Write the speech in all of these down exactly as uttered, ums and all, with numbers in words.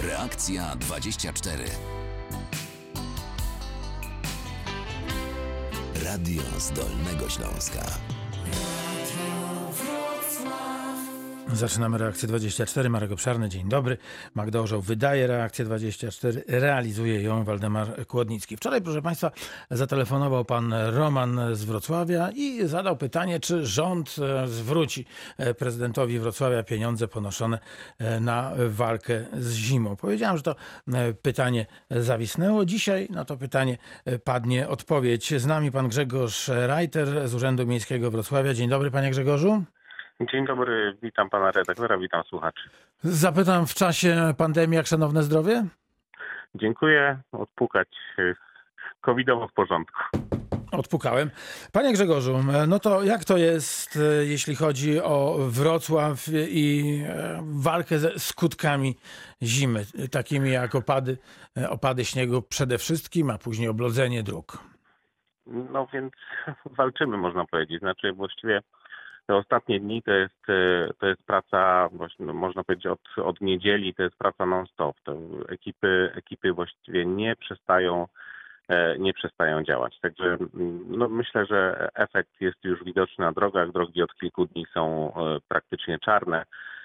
Reakcja dwadzieścia cztery. Radio z Dolnego Śląska. Zaczynamy Reakcję dwadzieścia cztery. Marek Obszarny, dzień dobry. Magda Orzeł wydaje Reakcję dwadzieścia cztery, realizuje ją Waldemar Kłodnicki. Wczoraj, proszę Państwa, zatelefonował pan Roman z Wrocławia i zadał pytanie, czy rząd zwróci prezydentowi Wrocławia pieniądze ponoszone na walkę z zimą. Powiedziałem, że to pytanie zawisnęło. Dzisiaj na to pytanie padnie odpowiedź. Z nami pan Grzegorz Reiter z Urzędu Miejskiego Wrocławia. Dzień dobry, panie Grzegorzu. Dzień dobry, witam pana redaktora, witam słuchaczy. Zapytam w czasie pandemii, jak szanowne zdrowie? Dziękuję, odpukać covidowo w porządku. Odpukałem. Panie Grzegorzu, no to jak to jest, jeśli chodzi o Wrocław i walkę ze skutkami zimy, takimi jak opady, opady śniegu przede wszystkim, a później oblodzenie dróg? No więc walczymy, można powiedzieć. Znaczy właściwie te ostatnie dni to jest, to jest praca, właśnie, no, można powiedzieć od, od niedzieli, to jest praca non-stop. To ekipy, ekipy właściwie nie przestają, nie przestają działać. Także no, myślę, że efekt jest już widoczny na drogach. Drogi od kilku dni są praktycznie czarne.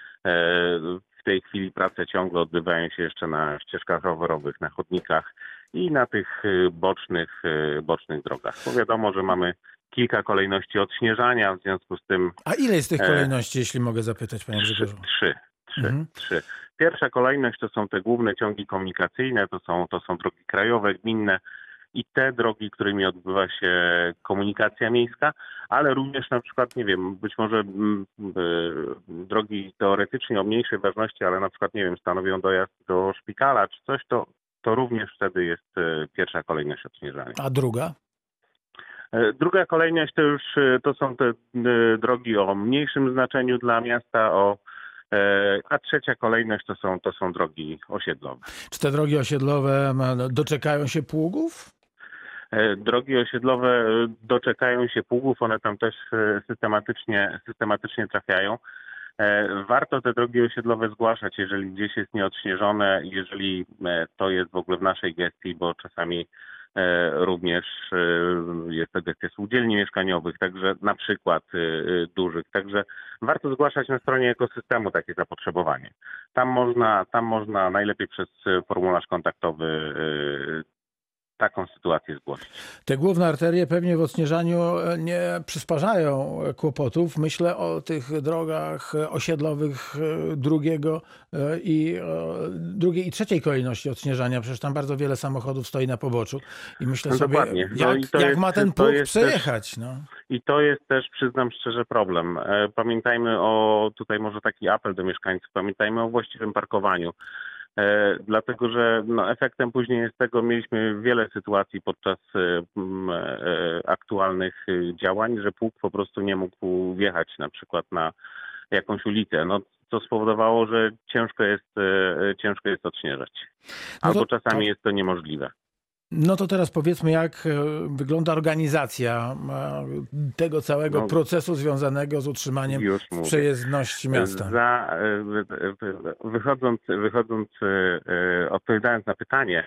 W tej chwili prace ciągle odbywają się jeszcze na ścieżkach rowerowych, na chodnikach i na tych bocznych, bocznych drogach. Bo wiadomo, że mamy kilka kolejności odśnieżania, w związku z tym... A ile jest tych kolejności, e, jeśli mogę zapytać, panie Grzegorzu? Trzy. Trzy, mhm. trzy. Pierwsza kolejność to są te główne ciągi komunikacyjne, to są, to są drogi krajowe, gminne i te drogi, którymi odbywa się komunikacja miejska, ale również na przykład, nie wiem, być może m, y, drogi teoretycznie o mniejszej ważności, ale na przykład, nie wiem, stanowią dojazd do szpitala czy coś, to, to również wtedy jest y, pierwsza kolejność odśnieżania. A druga? Druga kolejność to już to są te drogi o mniejszym znaczeniu dla miasta, o, a trzecia kolejność to są, to są drogi osiedlowe. Czy te drogi osiedlowe doczekają się pługów? Drogi osiedlowe doczekają się pługów, one tam też systematycznie, systematycznie trafiają. Warto te drogi osiedlowe zgłaszać, jeżeli gdzieś jest nieodśnieżone, jeżeli to jest w ogóle w naszej gestii, bo czasami również jest to gestia spółdzielni mieszkaniowych, także na przykład dużych. Także warto zgłaszać na stronie ekosystemu takie zapotrzebowanie. Tam można, tam można najlepiej przez formularz kontaktowy taką sytuację zgłosić. Te główne arterie pewnie w odśnieżaniu nie przysparzają kłopotów. Myślę o tych drogach osiedlowych drugiego i drugiej i trzeciej kolejności odśnieżania. Przecież tam bardzo wiele samochodów stoi na poboczu i myślę no sobie, dokładnie. No jak, i to jak jest, ma ten pług przejechać. Też, no. I to jest też, przyznam szczerze, problem. Pamiętajmy o, tutaj może taki apel do mieszkańców, pamiętajmy o właściwym parkowaniu. E, dlatego, że no, efektem później jest tego, mieliśmy wiele sytuacji podczas e, e, aktualnych działań, że pług po prostu nie mógł wjechać na przykład na jakąś ulicę, no, co spowodowało, że ciężko jest, e, ciężko jest odśnieżać. Albo no to, czasami tak. jest to niemożliwe. No to teraz powiedzmy, jak wygląda organizacja tego całego no, procesu związanego z utrzymaniem przejezdności miasta. Za, wychodząc, wychodząc, odpowiadając na pytanie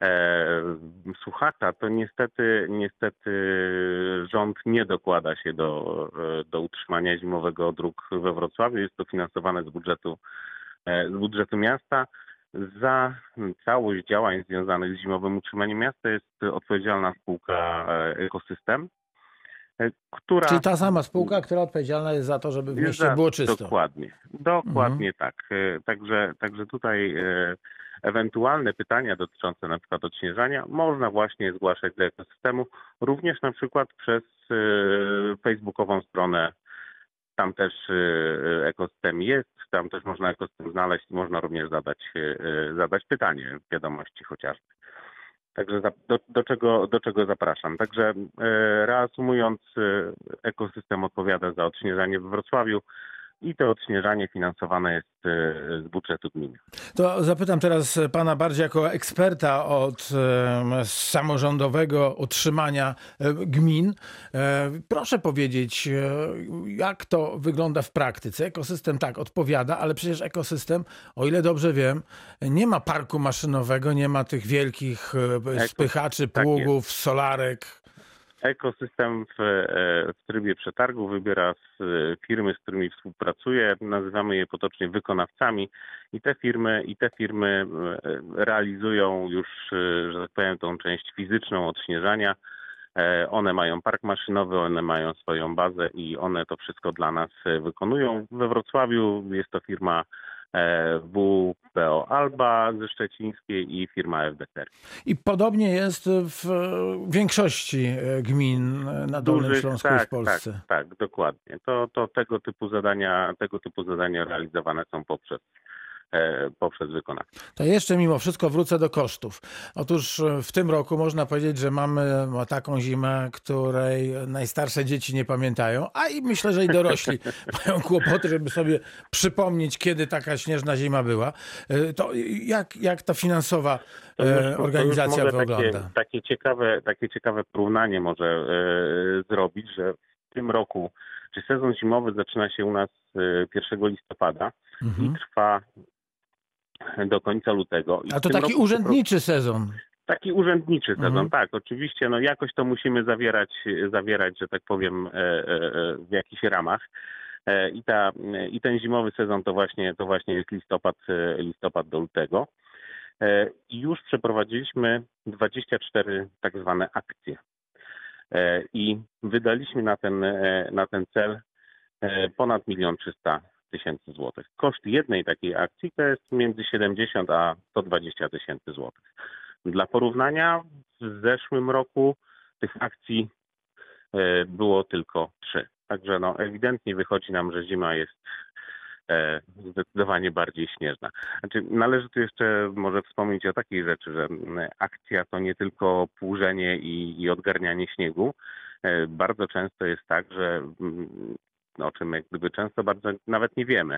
słuchacza, to niestety, niestety rząd nie dokłada się do, do utrzymania zimowego dróg we Wrocławiu. Jest to finansowane z budżetu, z budżetu miasta. Za całość działań związanych z zimowym utrzymaniem miasta jest odpowiedzialna spółka Ekosystem, która... Czyli ta sama spółka, która odpowiedzialna jest za to, żeby w mieście za... było czysto. Dokładnie, dokładnie mhm. tak. Także, także tutaj ewentualne pytania dotyczące na przykład odśnieżania można właśnie zgłaszać do Ekosystemu, również na przykład przez facebookową stronę. Tam też ekosystem jest, tam też można ekosystem znaleźć i można również zadać, zadać pytanie w wiadomości chociażby. Także do, do, czego, do czego zapraszam. Także reasumując, ekosystem odpowiada za odśnieżanie w Wrocławiu. i to odśnieżanie finansowane jest z budżetu gminy. To zapytam teraz pana bardziej jako eksperta od e, samorządowego utrzymania e, gmin. E, proszę powiedzieć, e, jak to wygląda w praktyce? Ekosystem tak odpowiada, ale przecież ekosystem, o ile dobrze wiem, nie ma parku maszynowego, nie ma tych wielkich e, spychaczy, pługów, tak solarek. Ekosystem w, w trybie przetargu wybiera firmy, z którymi współpracuje. Nazywamy je potocznie wykonawcami i te firmy, i te firmy realizują już, że tak powiem, tą część fizyczną odśnieżania. One mają park maszynowy, one mają swoją bazę i one to wszystko dla nas wykonują. We Wrocławiu jest to firma W P O Alba ze Szczecińskiej i firma F D T. I podobnie jest w większości gmin na Dolnym Dużych, Śląsku tak, i w Polsce. Tak, tak, dokładnie. To, to tego typu zadania, tego typu zadania realizowane są poprzez poprzez wykonawców. To jeszcze mimo wszystko wrócę do kosztów. Otóż w tym roku można powiedzieć, że mamy taką zimę, której najstarsze dzieci nie pamiętają, a i myślę, że i dorośli mają kłopoty, żeby sobie przypomnieć, kiedy taka śnieżna zima była. To jak, jak ta finansowa to już, organizacja to wygląda? Takie, takie, ciekawe, takie ciekawe porównanie może e, zrobić, że w tym roku, czy sezon zimowy zaczyna się u nas pierwszego listopada mhm. i trwa do końca lutego. I A to taki urzędniczy prostu, sezon. Taki urzędniczy sezon, mhm. tak. Oczywiście no jakoś to musimy zawierać, zawierać, że tak powiem, w jakichś ramach. I, ta, i ten zimowy sezon to właśnie, to właśnie jest listopad, listopad do lutego. I już przeprowadziliśmy dwadzieścia cztery tak zwane akcje. I wydaliśmy na ten, na ten cel ponad milion trzysta tysięcy złotych. Koszt jednej takiej akcji to jest między siedemdziesiąt a sto dwadzieścia tysięcy złotych. Dla porównania w zeszłym roku tych akcji było tylko trzy. Także no, ewidentnie wychodzi nam, że zima jest zdecydowanie bardziej śnieżna. Znaczy, należy tu jeszcze może wspomnieć o takiej rzeczy, że akcja to nie tylko płużenie i, i odgarnianie śniegu. Bardzo często jest tak, że o czym jak gdyby często bardzo nawet nie wiemy.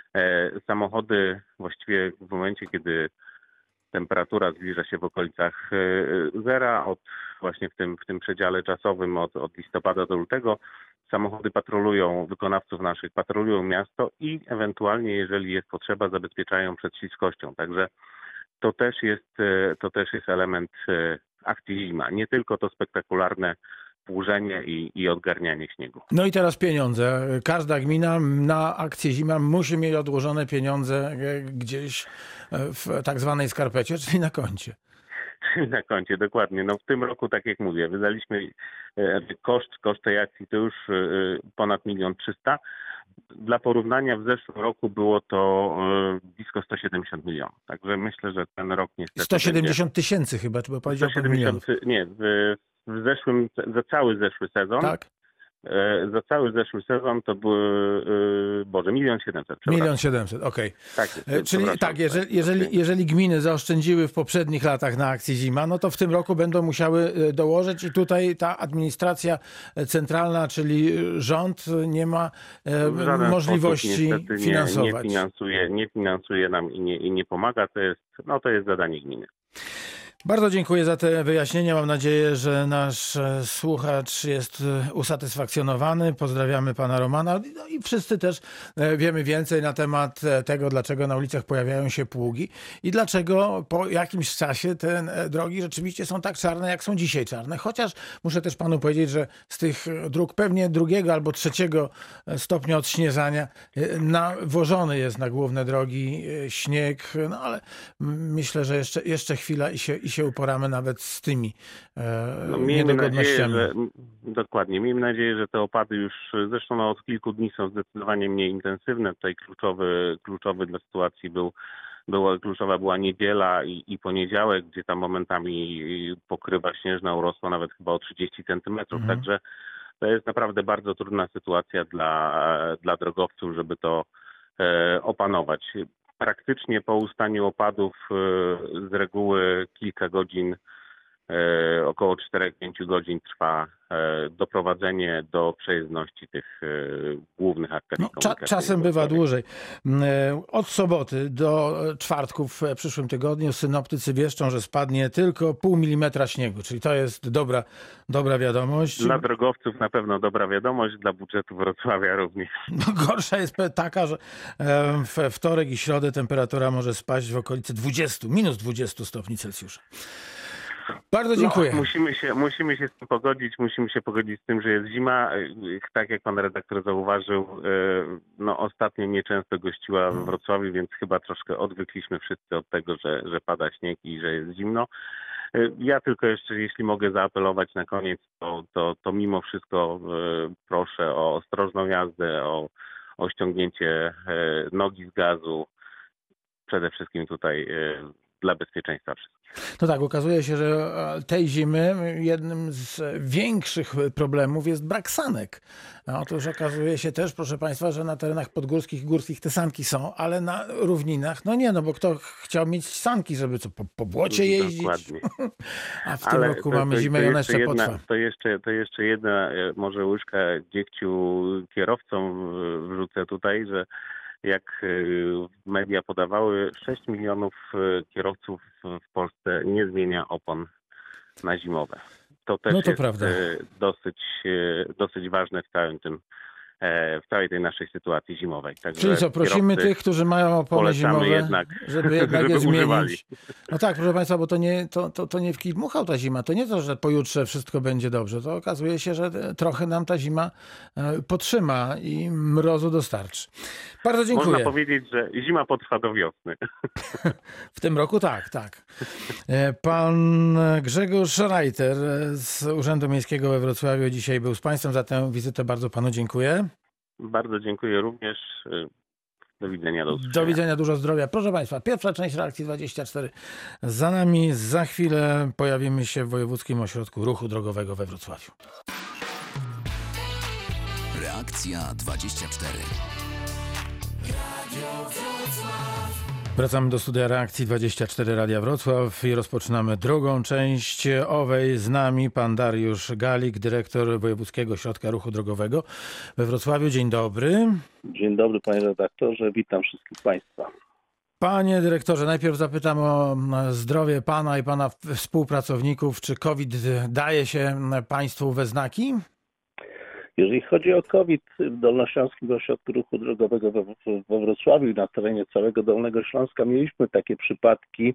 Samochody właściwie w momencie, kiedy temperatura zbliża się w okolicach zera, od właśnie w tym, w tym przedziale czasowym od, od listopada do lutego, samochody patrolują, wykonawców naszych patrolują miasto i ewentualnie, jeżeli jest potrzeba, zabezpieczają przed śliskością. Także to też jest, to też jest element akcji zima. Nie tylko to spektakularne płużenie i, i odgarnianie śniegu. No i teraz pieniądze. Każda gmina na akcję zima musi mieć odłożone pieniądze gdzieś w tak zwanej skarpecie, czyli na koncie. Na koncie, dokładnie. No w tym roku, tak jak mówię, wydaliśmy koszt, koszt tej akcji to już ponad milion trzysta. Dla porównania w zeszłym roku było to blisko sto siedemdziesiąt milionów. Także myślę, że ten rok niestety sto siedemdziesiąt tysięcy chyba, czy powiedział pan milionów? Nie, w, w zeszłym, za cały zeszły sezon. Tak? Za cały zeszły sezon to były, Boże, milion siedemset. Milion siedemset, okej. Tak, czyli tak, jeżeli, jeżeli, jeżeli gminy zaoszczędziły w poprzednich latach na akcji zima, no to w tym roku będą musiały dołożyć i tutaj ta administracja centralna, czyli rząd nie ma możliwości sposób, finansować. Nie, nie, finansuje, nie finansuje nam i nie, i nie pomaga, to jest, no, to jest zadanie gminy. Bardzo dziękuję za te wyjaśnienia. Mam nadzieję, że nasz słuchacz jest usatysfakcjonowany. Pozdrawiamy pana Romana. No i wszyscy też wiemy więcej na temat tego, dlaczego na ulicach pojawiają się pługi i dlaczego po jakimś czasie te drogi rzeczywiście są tak czarne, jak są dzisiaj czarne. Chociaż muszę też panu powiedzieć, że z tych dróg pewnie drugiego albo trzeciego stopnia odśnieżania nawożony jest na główne drogi śnieg, no ale myślę, że jeszcze, jeszcze chwila i się, i się uporamy nawet z tymi e, no, miejmy niedogodnościami. Nadzieję, że, dokładnie. Miejmy nadzieję, że te opady już zresztą no, od kilku dni są zdecydowanie mniej intensywne. Tutaj kluczowy, kluczowy dla sytuacji był, była, kluczowa była niedziela i, i poniedziałek, gdzie tam momentami pokrywa śnieżna urosła nawet chyba o trzydzieści centymetrów. Mhm. Także to jest naprawdę bardzo trudna sytuacja dla, dla drogowców, żeby to e, opanować. Praktycznie po ustaniu opadów z reguły kilka godzin e, około cztery do pięciu godzin trwa e, doprowadzenie do przejezdności tych e, głównych arterii No, cza, komunikacyjnych. czasem bywa Wrocławia. dłużej. Mm, Od soboty do czwartku w przyszłym tygodniu synoptycy wieszczą, że spadnie tylko pół milimetra śniegu, czyli to jest dobra, dobra wiadomość. Dla drogowców na pewno dobra wiadomość, dla budżetu Wrocławia również. No, gorsza jest pe- taka, że e, we wtorek i środę temperatura może spaść w okolicy dwudziestu, minus dwudziestu stopni Celsjusza. Bardzo dziękuję. No, musimy, się, musimy się z tym pogodzić, musimy się pogodzić z tym, że jest zima. Tak jak pan redaktor zauważył, no ostatnio nieczęsto gościła w Wrocławiu, więc chyba troszkę odwykliśmy wszyscy od tego, że, że pada śnieg i że jest zimno. Ja tylko jeszcze, jeśli mogę zaapelować na koniec, to, to, to mimo wszystko proszę o ostrożną jazdę, o, o ściągnięcie nogi z gazu. Przede wszystkim tutaj dla bezpieczeństwa wszystkich. No tak, okazuje się, że tej zimy jednym z większych problemów jest brak sanek. No, otóż okazuje się też, proszę Państwa, że na terenach podgórskich i górskich te sanki są, ale na równinach, no nie, no bo kto chciał mieć sanki, żeby co, po, po błocie jeździć? Dokładnie. A w tym Ale roku to, mamy to, zimę to i ona jeszcze jeszcze jedna, potrwa. to, jeszcze, to jeszcze jedna może łyżka dziegciu kierowcom wrzucę tutaj, że jak media podawały, sześć milionów kierowców w Polsce nie zmienia opon na zimowe. To też No to jest prawda. dosyć, dosyć ważne w całym tym, w całej tej naszej sytuacji zimowej. Także Czyli co, prosimy kierowcy tych, którzy mają opony polecamy zimowe, jednak, żeby jednak żeby je używali. zmienić. No tak, proszę Państwa, bo to nie, to, to, to nie w kij dmuchał ta zima. To nie to, że pojutrze wszystko będzie dobrze. To okazuje się, że trochę nam ta zima e, potrzyma i mrozu dostarczy. Bardzo dziękuję. Można powiedzieć, że zima potrwa do wiosny. W tym roku tak, tak. E, Pan Grzegorz Reiter z Urzędu Miejskiego we Wrocławiu dzisiaj był z Państwem. Za tę wizytę bardzo Panu dziękuję. Bardzo dziękuję również. Do widzenia. Do usłyszenia. Do widzenia, dużo zdrowia. Proszę Państwa, pierwsza część Reakcji dwadzieścia cztery za nami. Za chwilę pojawimy się w Wojewódzkim Ośrodku Ruchu Drogowego we Wrocławiu. Reakcja dwadzieścia cztery. Wracamy do studia Reakcji dwadzieścia cztery Radia Wrocław i rozpoczynamy drugą część owej. Z nami pan Dariusz Galik, dyrektor Wojewódzkiego Ośrodka Ruchu Drogowego we Wrocławiu. Dzień dobry. Dzień dobry panie redaktorze, witam wszystkich państwa. Panie dyrektorze, najpierw zapytam o zdrowie pana i pana współpracowników. Czy COVID daje się państwu we znaki? Jeżeli chodzi o COVID w Dolnośląskim Ośrodku Ruchu Drogowego we, we Wrocławiu i na terenie całego Dolnego Śląska mieliśmy takie przypadki,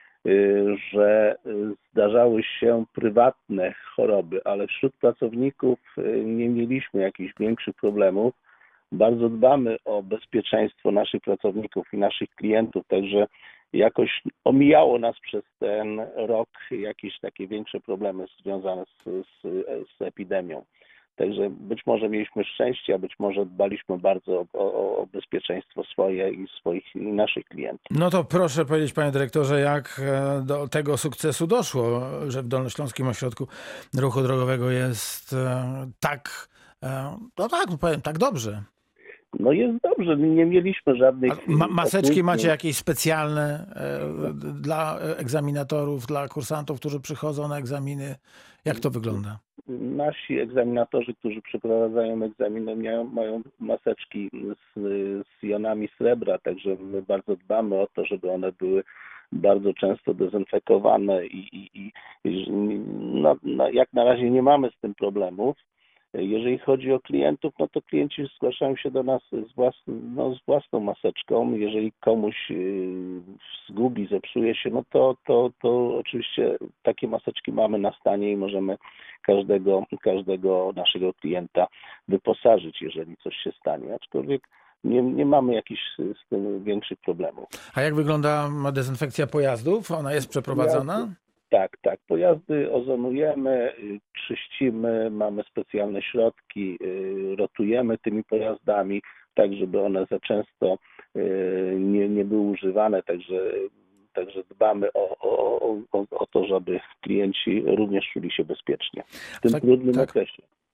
że zdarzały się prywatne choroby, ale wśród pracowników nie mieliśmy jakichś większych problemów. Bardzo dbamy o bezpieczeństwo naszych pracowników i naszych klientów, także jakoś omijało nas przez ten rok jakieś takie większe problemy związane z, z, z epidemią. Także być może mieliśmy szczęście, a być może dbaliśmy bardzo o, o, o bezpieczeństwo swoje i swoich i naszych klientów. No to proszę powiedzieć, panie dyrektorze, jak do tego sukcesu doszło, że w Dolnośląskim Ośrodku Ruchu Drogowego jest tak, no tak, powiem, tak dobrze. No jest dobrze, nie mieliśmy żadnych... Ma, maseczki macie jakieś specjalne dla egzaminatorów, dla kursantów, którzy przychodzą na egzaminy? Jak to wygląda? Nasi egzaminatorzy, którzy przeprowadzają egzaminy, mają, mają maseczki z, z jonami srebra, także my bardzo dbamy o to, żeby one były bardzo często dezynfekowane i, i, i no, no, jak na razie nie mamy z tym problemów. Jeżeli chodzi o klientów, no to klienci zgłaszają się do nas z, własną, no, z własną maseczką. Jeżeli komuś zgubi, zepsuje się, no to, to, to oczywiście takie maseczki mamy na stanie i możemy każdego, każdego naszego klienta wyposażyć, jeżeli coś się stanie. Aczkolwiek nie, nie mamy jakichś z tym większych problemów. A jak wygląda dezynfekcja pojazdów? Ona jest przeprowadzona? Tak, tak. Pojazdy ozonujemy, czyścimy, mamy specjalne środki, rotujemy tymi pojazdami, tak żeby one za często nie, nie były używane, także, także dbamy o, o, o, o to, żeby klienci również czuli się bezpiecznie w tym tak, trudnym tak. okresie.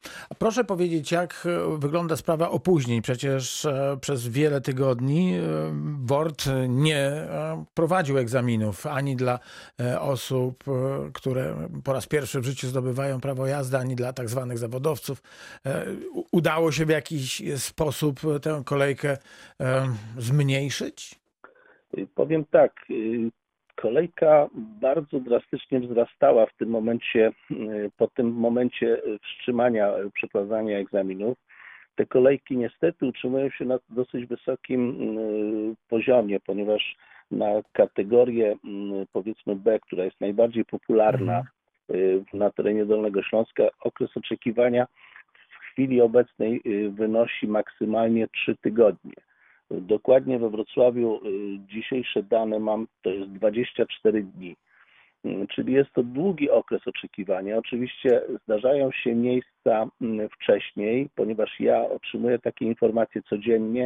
A proszę powiedzieć, jak wygląda sprawa opóźnień? Przecież e, przez wiele tygodni e, W O R T nie e, prowadził egzaminów ani dla e, osób, e, które po raz pierwszy w życiu zdobywają prawo jazdy, ani dla tak zwanych zawodowców. E, u- udało się w jakiś sposób tę kolejkę e, zmniejszyć? Y, Powiem tak, y, kolejka bardzo drastycznie wzrastała w tym momencie, y, po tym momencie y, wstrzymania y, przeprowadzania egzaminów. Te kolejki niestety utrzymują się na dosyć wysokim y, poziomie, ponieważ na kategorię y, powiedzmy B, która jest najbardziej popularna y, na terenie Dolnego Śląska, okres oczekiwania w chwili obecnej y, wynosi maksymalnie trzy tygodnie. Dokładnie we Wrocławiu y, dzisiejsze dane mam, to jest dwadzieścia cztery dni, Y, czyli jest to długi okres oczekiwania. Oczywiście zdarzają się miejsca y, wcześniej, ponieważ ja otrzymuję takie informacje codziennie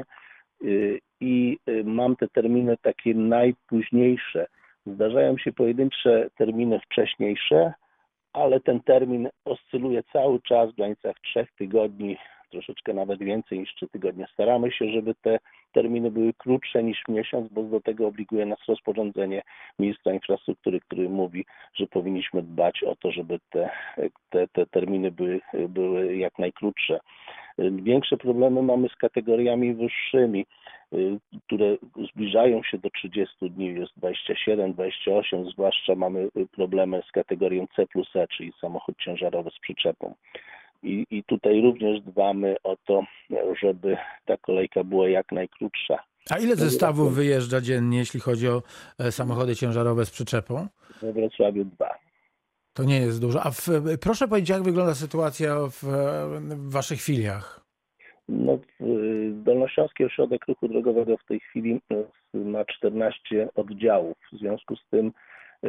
y, i y, mam te terminy takie najpóźniejsze. Zdarzają się pojedyncze terminy wcześniejsze, ale ten termin oscyluje cały czas w granicach trzech tygodni, troszeczkę nawet więcej niż trzy tygodnie. Staramy się, żeby te terminy były krótsze niż miesiąc, bo do tego obliguje nas rozporządzenie ministra infrastruktury, który mówi, że powinniśmy dbać o to, żeby te, te, te terminy były, były jak najkrótsze. Większe problemy mamy z kategoriami wyższymi, które zbliżają się do trzydziestu dni, jest dwadzieścia siedem, dwadzieścia osiem, zwłaszcza mamy problemy z kategorią C plus E, czyli samochód ciężarowy z przyczepą. I, I tutaj również dbamy o to, żeby ta kolejka była jak najkrótsza. A ile zestawów wyjeżdża dziennie, jeśli chodzi o e, samochody ciężarowe z przyczepą? We Wrocławiu dwa. To nie jest dużo. A w, proszę powiedzieć, jak wygląda sytuacja w, w waszych filiach? No, Dolnośląski Ośrodek Ruchu Drogowego w tej chwili ma czternaście oddziałów. W związku z tym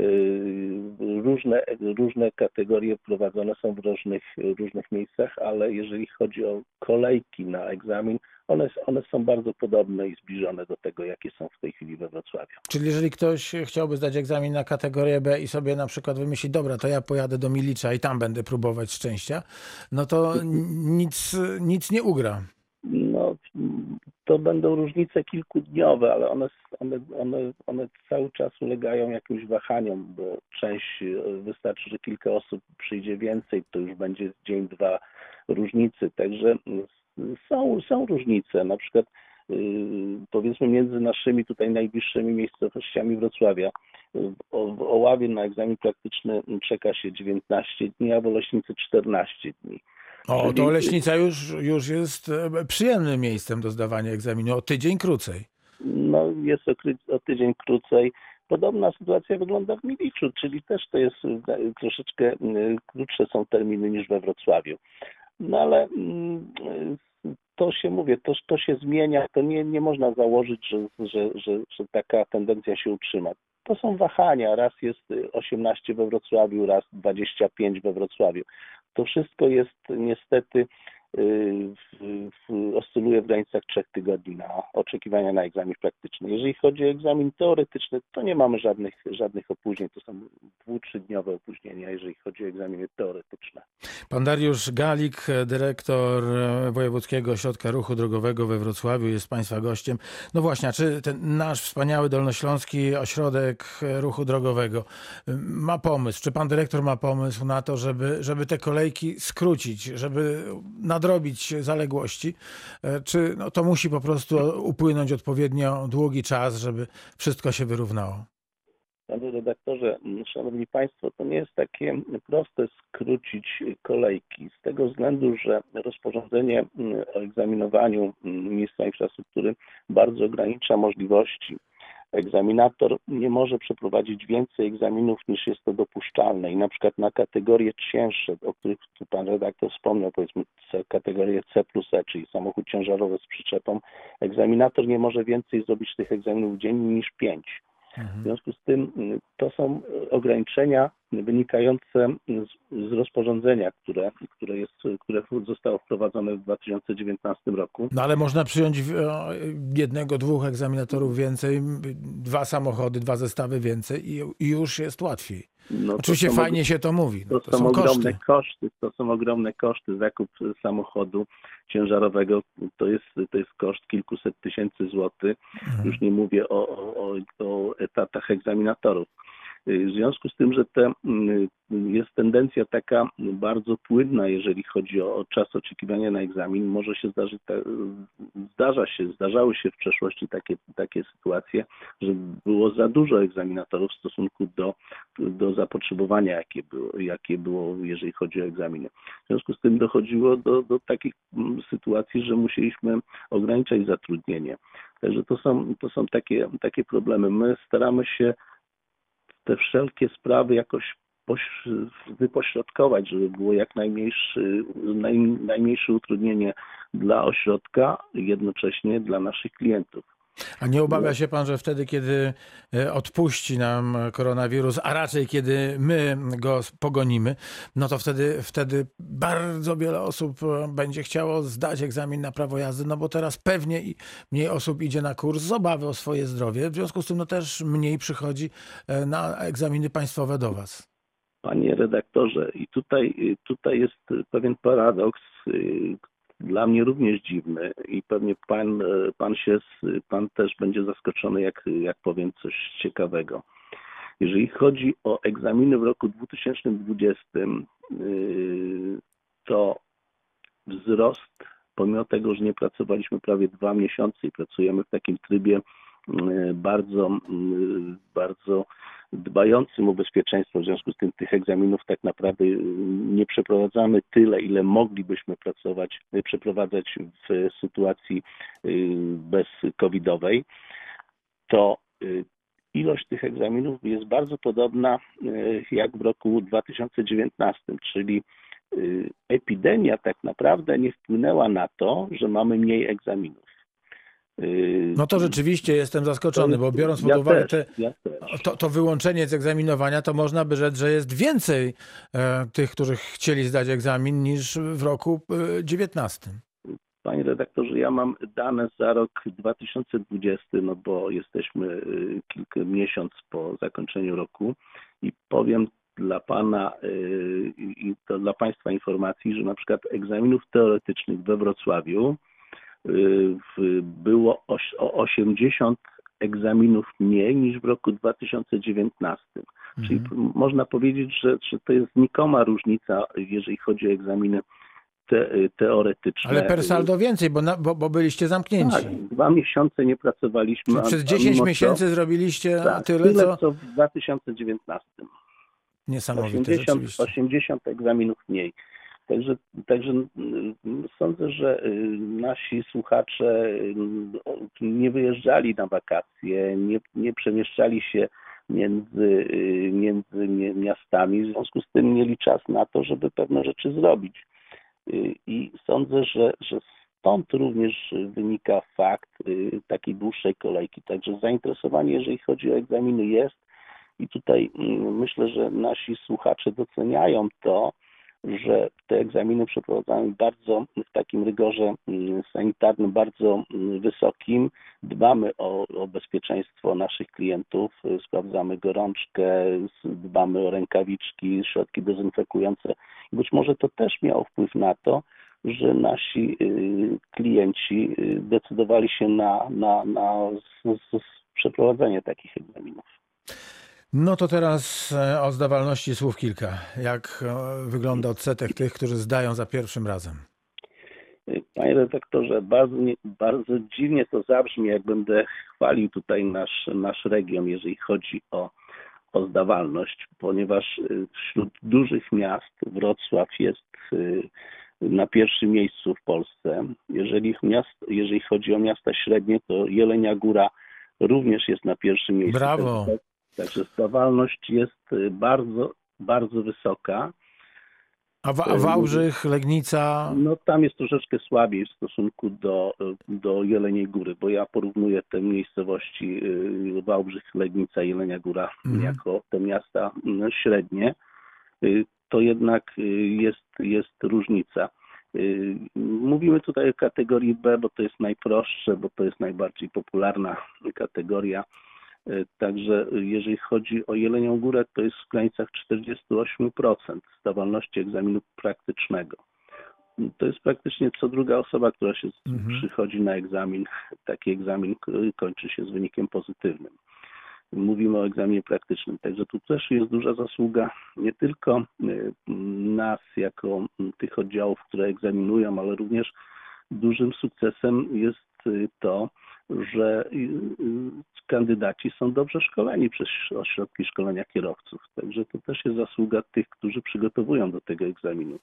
y, różne, różne kategorie prowadzone są w różnych, różnych miejscach, ale jeżeli chodzi o kolejki na egzamin, one, one są bardzo podobne i zbliżone do tego, jakie są w tej chwili we Wrocławiu. Czyli jeżeli ktoś chciałby zdać egzamin na kategorię B i sobie na przykład wymyśli, dobra, to ja pojadę do Milicza i tam będę próbować szczęścia, no to nic, nic nie ugra. No, to będą różnice kilkudniowe, ale one, one, one, one cały czas ulegają jakimś wahaniom, bo część wystarczy, że kilka osób przyjdzie więcej, to już będzie dzień, dwa różnicy. Także są, są różnice. Na przykład powiedzmy między naszymi tutaj najbliższymi miejscowościami Wrocławia. W, w Oławie na egzamin praktyczny czeka się dziewiętnaście dni, a w Oleśnicy czternaście dni. O, to Oleśnica już, już jest przyjemnym miejscem do zdawania egzaminu, o tydzień krócej. No, jest o, o tydzień krócej. Podobna sytuacja wygląda w Miliczu, czyli też to jest troszeczkę krótsze są terminy niż we Wrocławiu. No ale to się mówię, to, to się zmienia, to nie, nie można założyć, że, że, że, że taka tendencja się utrzyma. To są wahania, raz jest osiemnaście we Wrocławiu, raz dwadzieścia pięć we Wrocławiu. To wszystko jest niestety w, w, oscyluje w granicach trzech tygodni na oczekiwania na egzamin praktyczny. Jeżeli chodzi o egzamin teoretyczny, to nie mamy żadnych, żadnych opóźnień, to są dwu-, trzydniowe opóźnienia, jeżeli chodzi o egzaminy teoretyczne. Pan Dariusz Galik, dyrektor Wojewódzkiego Ośrodka Ruchu Drogowego we Wrocławiu, jest Państwa gościem. No właśnie, a czy ten nasz wspaniały Dolnośląski Ośrodek Ruchu Drogowego ma pomysł, czy pan dyrektor ma pomysł na to, żeby, żeby te kolejki skrócić, żeby nadrobić zaległości, czy no, to musi po prostu upłynąć odpowiednio długi czas, żeby wszystko się wyrównało? Panie redaktorze, szanowni państwo, to nie jest takie proste skrócić kolejki z tego względu, że rozporządzenie o egzaminowaniu ministra infrastruktury bardzo ogranicza możliwości. Egzaminator nie może przeprowadzić więcej egzaminów niż jest to dopuszczalne i na przykład na kategorie cięższe, o których pan redaktor wspomniał, powiedzmy kategorię C plus E, czyli samochód ciężarowy z przyczepą, egzaminator nie może więcej zrobić tych egzaminów dziennie niż pięć. W związku z tym to są ograniczenia wynikające z, z rozporządzenia, które, które, jest, które zostało wprowadzone w dwa tysiące dziewiętnastym roku. No ale można przyjąć jednego, dwóch egzaminatorów więcej, dwa samochody, dwa zestawy więcej i, i już jest łatwiej. no to Oczywiście są, fajnie się to mówi. No, to, to są, są ogromne koszty. koszty, to są ogromne koszty. Zakup samochodu ciężarowego to jest, to jest koszt kilkuset tysięcy złotych. Już nie mówię o, o, o etatach egzaminatorów. W związku z tym, że te, jest tendencja taka bardzo płynna, jeżeli chodzi o, o czas oczekiwania na egzamin, może się zdarzyć, zdarza się, zdarzały się w przeszłości takie, takie sytuacje, że było za dużo egzaminatorów w stosunku do, do zapotrzebowania, jakie było, jakie było, jeżeli chodzi o egzaminy. W związku z tym dochodziło do, do takich sytuacji, że musieliśmy ograniczać zatrudnienie. Także to są, to są takie, takie problemy. My staramy się te wszelkie sprawy jakoś wypośrodkować, żeby było jak najmniejszy, naj, najmniejsze utrudnienie dla ośrodka, jednocześnie dla naszych klientów. A nie obawia się pan, że wtedy, kiedy odpuści nam koronawirus, a raczej kiedy my go pogonimy, no to wtedy, wtedy bardzo wiele osób będzie chciało zdać egzamin na prawo jazdy, no bo teraz pewnie mniej osób idzie na kurs z obawy o swoje zdrowie, w związku z tym no też mniej przychodzi na egzaminy państwowe do was. Panie redaktorze, i tutaj, tutaj jest pewien paradoks, dla mnie również dziwny i pewnie pan, pan, się, pan też będzie zaskoczony, jak, jak powiem coś ciekawego. Jeżeli chodzi o egzaminy w roku dwa tysiące dwudziestym, to wzrost, pomimo tego, że nie pracowaliśmy prawie dwa miesiące i pracujemy w takim trybie bardzo, bardzo dbającym o bezpieczeństwo, w związku z tym tych egzaminów tak naprawdę nie przeprowadzamy tyle, ile moglibyśmy pracować, przeprowadzać w sytuacji bezcovidowej, to ilość tych egzaminów jest bardzo podobna jak w roku dwa tysiące dziewiętnastym, czyli epidemia tak naprawdę nie wpłynęła na to, że mamy mniej egzaminów. No to rzeczywiście jestem zaskoczony, jest, bo biorąc pod ja uwagę też, te, ja to, to wyłączenie z egzaminowania, to można by rzec, że jest więcej e, tych, którzy chcieli zdać egzamin niż w roku e, dziewiętnastym. Panie redaktorze, ja mam dane za rok dwa tysiące dwudziesty, no bo jesteśmy kilka miesiąc po zakończeniu roku i powiem dla pana i to dla państwa informacji, że na przykład egzaminów teoretycznych we Wrocławiu było o osiemdziesiąt egzaminów mniej niż w roku dwa tysiące dziewiętnastym. Mhm. Czyli można powiedzieć, że, że to jest znikoma różnica, jeżeli chodzi o egzaminy te, teoretyczne. Ale per saldo więcej, bo, na, bo, bo byliście zamknięci. Tak, dwa miesiące nie pracowaliśmy. Czyli przez dziesięć miesięcy co, zrobiliście tak, tyle, tyle co... co w dwa tysiące dziewiętnastym. Niesamowite, osiemdziesiąt, rzeczywiście. osiemdziesiąt egzaminów mniej. Także, także sądzę, że nasi słuchacze nie wyjeżdżali na wakacje, nie, nie przemieszczali się między, między miastami, w związku z tym mieli czas na to, żeby pewne rzeczy zrobić. I sądzę, że, że stąd również wynika fakt takiej dłuższej kolejki. Także zainteresowanie, jeżeli chodzi o egzaminy, jest i tutaj myślę, że nasi słuchacze doceniają to, że te egzaminy przeprowadzamy bardzo w takim rygorze sanitarnym, bardzo wysokim. Dbamy o, o bezpieczeństwo naszych klientów, sprawdzamy gorączkę, dbamy o rękawiczki, środki dezynfekujące. I być może to też miało wpływ na to, że nasi klienci decydowali się na, na, na z, z przeprowadzenie takich egzaminów. No to teraz o zdawalności słów kilka. Jak wygląda odsetek tych, którzy zdają za pierwszym razem? Panie redaktorze, bardzo, bardzo dziwnie to zabrzmi, jak będę chwalił tutaj nasz, nasz region, jeżeli chodzi o, o zdawalność, ponieważ wśród dużych miast Wrocław jest na pierwszym miejscu w Polsce. Jeżeli, miast, jeżeli chodzi o miasta średnie, to Jelenia Góra również jest na pierwszym miejscu. Brawo! Także zdawalność jest bardzo, bardzo wysoka. A, w, a Wałbrzych, Legnica? No tam jest troszeczkę słabiej w stosunku do, do Jeleniej Góry, bo ja porównuję te miejscowości Wałbrzych, Legnica i Jelenia Góra mhm. jako te miasta średnie. To jednak jest, jest różnica. Mówimy tutaj o kategorii B, bo to jest najprostsze, bo to jest najbardziej popularna kategoria. Także jeżeli chodzi o Jelenią Górę, to jest w granicach czterdzieści osiem procent zdawalności egzaminu praktycznego. To jest praktycznie co druga osoba, która się mhm. przychodzi na egzamin. Taki egzamin kończy się z wynikiem pozytywnym. Mówimy o egzaminie praktycznym, także tu też jest duża zasługa nie tylko nas jako tych oddziałów, które egzaminują, ale również dużym sukcesem jest to, że kandydaci są dobrze szkoleni przez ośrodki szkolenia kierowców. Także to też jest zasługa tych, którzy przygotowują do tego egzaminu.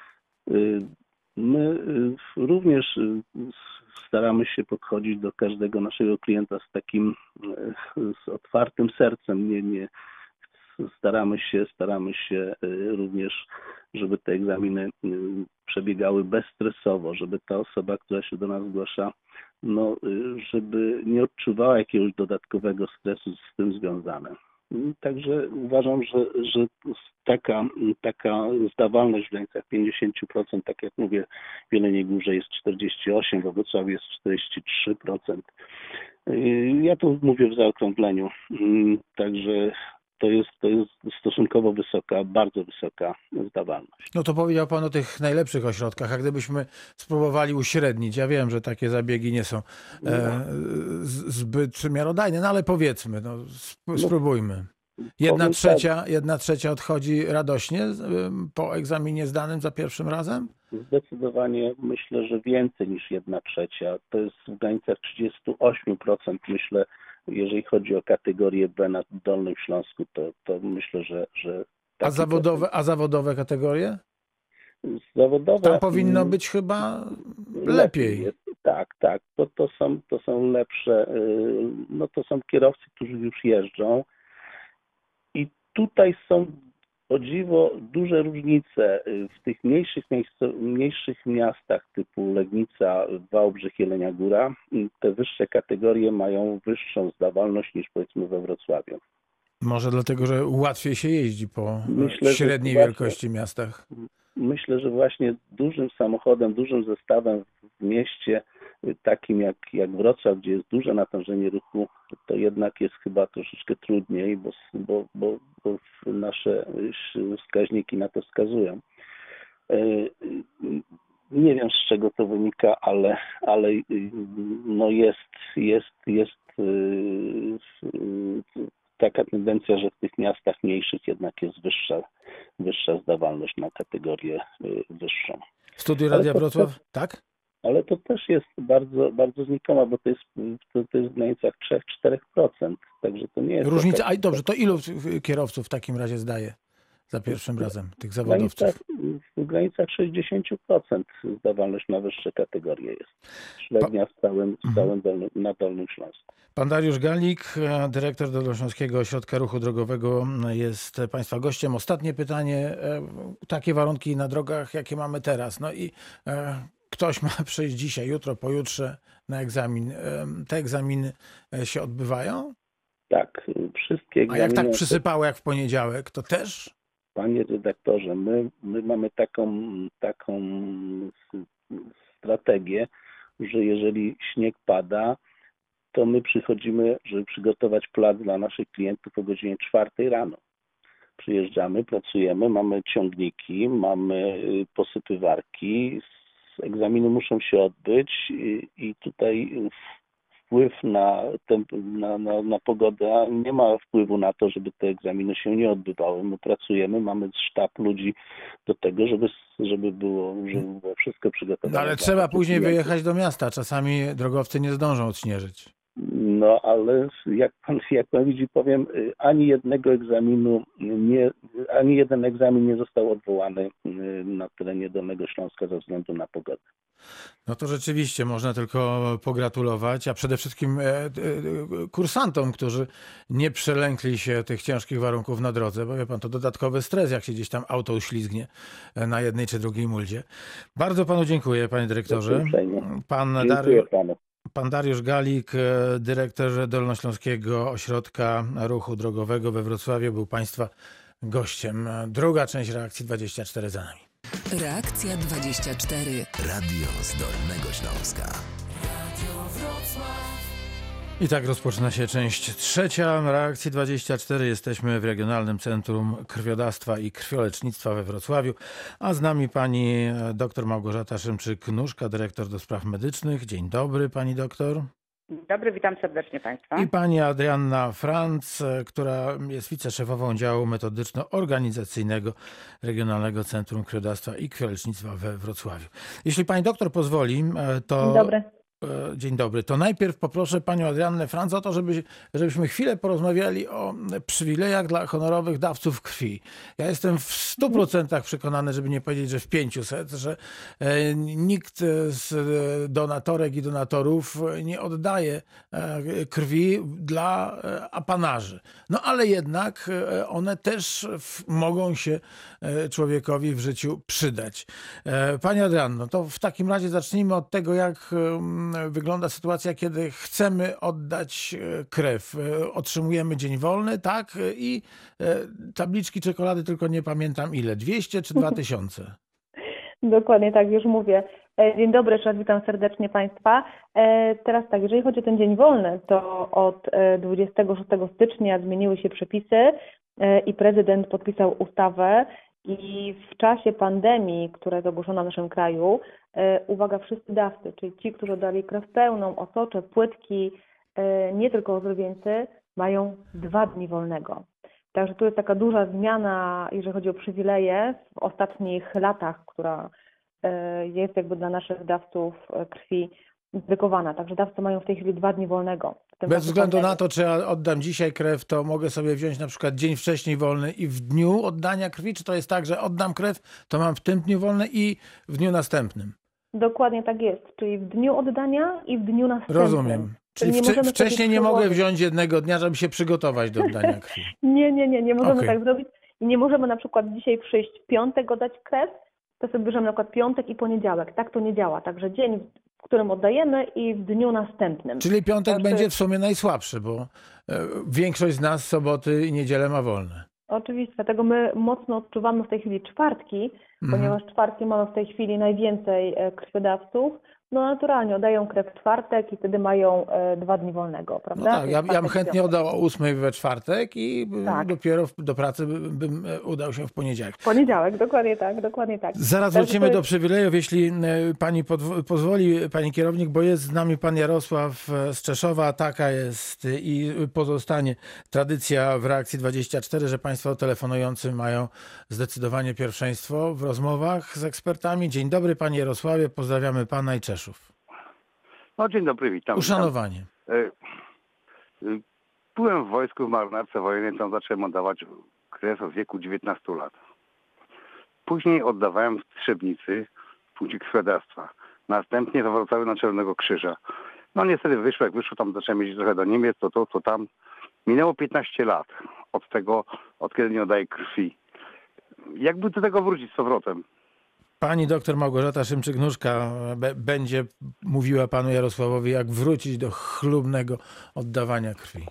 My również staramy się podchodzić do każdego naszego klienta z takim z otwartym sercem. Nie, nie, staramy się, staramy się również, żeby te egzaminy przebiegały bezstresowo, żeby ta osoba, która się do nas zgłasza, no, żeby nie odczuwała jakiegoś dodatkowego stresu z tym związane. Także uważam, że, że taka, taka zdawalność w granicach pięćdziesiąt procent, tak jak mówię, w Jeleniej Górze jest czterdzieści osiem procent, we Wrocławiu jest czterdzieści trzy procent. Ja tu mówię w zaokrągleniu, także to jest, to jest stosunkowo wysoka, bardzo wysoka zdawalność. No to powiedział Pan o tych najlepszych ośrodkach, a gdybyśmy spróbowali uśrednić, ja wiem, że takie zabiegi nie są e, zbyt miarodajne, no ale powiedzmy, no, sp- spróbujmy. Jedna trzecia, jedna trzecia odchodzi radośnie po egzaminie zdanym za pierwszym razem? Zdecydowanie myślę, że więcej niż jedna trzecia. To jest w granicach trzydzieści osiem procent, myślę. Jeżeli chodzi o kategorię B na Dolnym Śląsku, to, to myślę, że... że a, zawodowe, a zawodowe kategorie? Zawodowe... Tam powinno być chyba lepiej. Jest. Tak, tak. To, to, są, to są lepsze... No to są kierowcy, którzy już jeżdżą. I tutaj są, o dziwo, duże różnice w tych mniejszych, miejsc- mniejszych miastach typu Legnica, Wałbrzych, Jelenia Góra. Te wyższe kategorie mają wyższą zdawalność niż powiedzmy we Wrocławiu. Może dlatego, że łatwiej się jeździ po Myślę, średniej właśnie, wielkości miastach. Myślę, że właśnie dużym samochodem, dużym zestawem w mieście takim jak, jak Wrocław, gdzie jest duże natężenie ruchu, to jednak jest chyba troszeczkę trudniej, bo, bo, bo, bo nasze wskaźniki na to wskazują. Nie wiem, z czego to wynika, ale, ale no jest, jest, jest taka tendencja, że w tych miastach mniejszych jednak jest wyższa, wyższa zdawalność na kategorię wyższą. Studio Radia Wrocław, tak? Ale to też jest bardzo, bardzo znikoma, bo to jest, to, to jest w granicach trzy do czterech procent, także to nie jest... Różnica, taka... a dobrze, to ilu kierowców w takim razie zdaje za pierwszym razem, tych zawodowców? W granicach, w granicach sześćdziesiąt procent zdawalność na wyższe kategorie jest. Średnia w całym, w całym dolnym, na Dolnym Śląsku. Pan Dariusz Galik, dyrektor Dolnośląskiego Ośrodka Ruchu Drogowego, jest Państwa gościem. Ostatnie pytanie. Takie warunki na drogach, jakie mamy teraz. No i ktoś ma przyjść dzisiaj, jutro, pojutrze na egzamin. Te egzaminy się odbywają? Tak, wszystkie egzaminy. A jak tak przysypało jak w poniedziałek, to też? Panie redaktorze, my, my mamy taką, taką strategię, że jeżeli śnieg pada, to my przychodzimy, żeby przygotować plac dla naszych klientów o godzinie czwartej rano. Przyjeżdżamy, pracujemy, mamy ciągniki, mamy posypywarki, egzaminy muszą się odbyć i, i tutaj wpływ na, ten, na, na, na pogodę nie ma wpływu na to, żeby te egzaminy się nie odbywały. My pracujemy, mamy sztab ludzi do tego, żeby, żeby, było, żeby było wszystko przygotowane. No ale trzeba później wyjechać do miasta. Czasami drogowcy nie zdążą odśnieżyć. No ale jak pan, jak pan widzi, powiem, ani jednego egzaminu, nie, ani jeden egzamin nie został odwołany na terenie Dolnego Śląska ze względu na pogodę. No to rzeczywiście można tylko pogratulować, a przede wszystkim kursantom, którzy nie przelękli się tych ciężkich warunków na drodze, bo wie pan, to dodatkowy stres, jak się gdzieś tam auto uślizgnie na jednej czy drugiej muldzie. Bardzo panu dziękuję, panie dyrektorze. Pan Dariusz, pan Dariusz Galik, dyrektor Dolnośląskiego Ośrodka Ruchu Drogowego we Wrocławiu, był państwa gościem. Druga część Reakcji dwadzieścia cztery za nami. Reakcja dwadzieścia cztery. Radio z Dolnego Śląska. Radio Wrocław. I tak rozpoczyna się część trzecia Reakcji dwadzieścia cztery. Jesteśmy w Regionalnym Centrum Krwiodawstwa i Krwiolecznictwa we Wrocławiu, a z nami pani dr Małgorzata Szymczyk-Nóżka, dyrektor do spraw medycznych. Dzień dobry, pani doktor. Dzień dobry, witam serdecznie Państwa. I pani Adrianna Franc, która jest wiceszefową działu metodyczno-organizacyjnego Regionalnego Centrum Krwiodawstwa i Krwiolecznictwa we Wrocławiu. Jeśli pani doktor pozwoli, to... Dzień dobry. Dzień dobry. To najpierw poproszę panią Adriannę Franc o to, żeby, żebyśmy chwilę porozmawiali o przywilejach dla honorowych dawców krwi. Ja jestem w stu procentach przekonany, żeby nie powiedzieć, że w pięciuset, że nikt z donatorek i donatorów nie oddaje krwi dla apanarzy. No ale jednak one też mogą się człowiekowi w życiu przydać. Pani Adrianno, to w takim razie zacznijmy od tego, jak wygląda sytuacja, kiedy chcemy oddać krew. Otrzymujemy dzień wolny, tak? I tabliczki czekolady, tylko nie pamiętam ile, dwieście czy dwa tysiące? Dokładnie tak, już mówię. Dzień dobry, jeszcze raz witam serdecznie Państwa. Teraz tak, jeżeli chodzi o ten dzień wolny, to od dwudziestego szóstego stycznia zmieniły się przepisy i prezydent podpisał ustawę. I w czasie pandemii, która jest ogłoszona w naszym kraju, e, uwaga, wszyscy dawcy, czyli ci, którzy oddali krew pełną, osocze, płytki, e, nie tylko ozdrowieńcy, mają dwa dni wolnego. Także tu jest taka duża zmiana, jeżeli chodzi o przywileje w ostatnich latach, która e, jest jakby dla naszych dawców krwi dedykowana. Także dawcy mają w tej chwili dwa dni wolnego. Bez względu na to, czy ja oddam dzisiaj krew, to mogę sobie wziąć na przykład dzień wcześniej wolny i w dniu oddania krwi? Czy to jest tak, że oddam krew, to mam w tym dniu wolny i w dniu następnym? Dokładnie tak jest. Czyli w dniu oddania i w dniu następnym. Rozumiem. Czyli, Czyli wcze wcześniej nie mogę wziąć jednego dnia, żeby się przygotować do oddania krwi? Nie, nie, nie. Nie możemy okay. tak zrobić. I nie możemy na przykład dzisiaj przyjść w piątek oddać krew, to sobie bierzemy na przykład piątek i poniedziałek. Tak to nie działa. Także dzień, w którym oddajemy i w dniu następnym. Czyli piątek Także... będzie w sumie najsłabszy, bo większość z nas soboty i niedzielę ma wolne. Oczywiście, dlatego my mocno odczuwamy w tej chwili czwartki, mhm. ponieważ czwartki mamy w tej chwili najwięcej krwiodawców. No naturalnie oddają krew w czwartek i wtedy mają e, dwa dni wolnego, prawda? No tak, ja, ja bym chętnie oddał o ósmej we czwartek i tak. dopiero do pracy bym, bym udał się w poniedziałek. W poniedziałek, dokładnie tak, dokładnie tak. Zaraz tak, wrócimy jest... do przywilejów, jeśli pani pozwoli, pani kierownik, bo jest z nami pan Jarosław z Czeszowa. Taka jest i pozostanie tradycja w Reakcji dwadzieścia cztery, że państwo telefonujący mają zdecydowanie pierwszeństwo w rozmowach z ekspertami. Dzień dobry panie Jarosławie, pozdrawiamy pana i Czeszów. No dzień dobry, witam. Uszanowanie. Witam. Byłem w wojsku w marynarce wojennej, tam zacząłem oddawać krew w wieku dziewiętnastu lat. Później oddawałem w Trzebnicy w punkcie krwiodawstwa. Następnie w Wrocławiu Naczelnego Krzyża. No niestety wyszło, jak wyszło, tam zacząłem jeździć trochę do Niemiec, to to, to tam. Minęło piętnaście lat od tego, od kiedy nie oddaję krwi. Jakby do tego wrócić z powrotem? Pani doktor Małgorzata Szymczyk-Nóżka będzie mówiła panu Jarosławowi, jak wrócić do chlubnego oddawania krwi.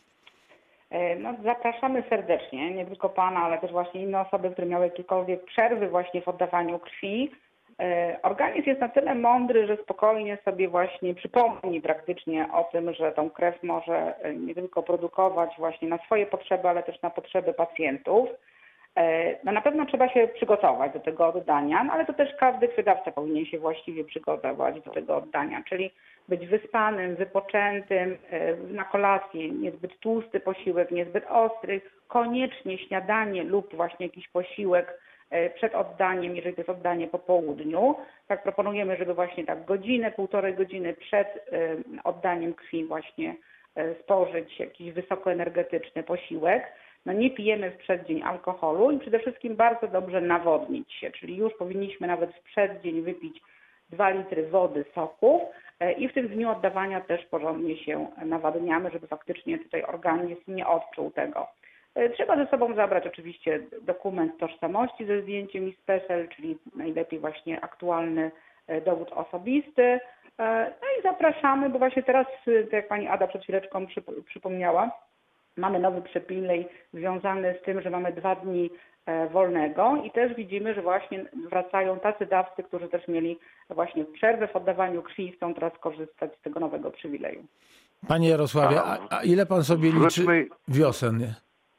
No, zapraszamy serdecznie, nie tylko pana, ale też właśnie inne osoby, które miały jakiekolwiek przerwy właśnie w oddawaniu krwi. Organizm jest na tyle mądry, że spokojnie sobie właśnie przypomni praktycznie o tym, że tą krew może nie tylko produkować właśnie na swoje potrzeby, ale też na potrzeby pacjentów. No na pewno trzeba się przygotować do tego oddania, no ale to też każdy krwiodawca powinien się właściwie przygotować do tego oddania, czyli być wyspanym, wypoczętym, na kolację niezbyt tłusty posiłek, niezbyt ostry, koniecznie śniadanie lub właśnie jakiś posiłek przed oddaniem, jeżeli to jest oddanie po południu. Tak proponujemy, żeby właśnie tak godzinę, półtorej godziny przed oddaniem krwi właśnie spożyć jakiś wysokoenergetyczny posiłek. No nie pijemy w przeddzień alkoholu i przede wszystkim bardzo dobrze nawodnić się, czyli już powinniśmy nawet w przeddzień wypić dwa litry wody, soków i w tym dniu oddawania też porządnie się nawadniamy, żeby faktycznie tutaj organizm nie odczuł tego. Trzeba ze sobą zabrać oczywiście dokument tożsamości ze zdjęciem i z PESEL, czyli najlepiej właśnie aktualny dowód osobisty. No i zapraszamy, bo właśnie teraz, tak jak pani Ada przed chwileczką przypomniała, mamy nowy przywilej związany z tym, że mamy dwa dni wolnego i też widzimy, że właśnie wracają tacy dawcy, którzy też mieli właśnie przerwę w oddawaniu krwi i chcą teraz korzystać z tego nowego przywileju. Panie Jarosławie, a, a ile pan sobie liczy Wróćmy wiosen?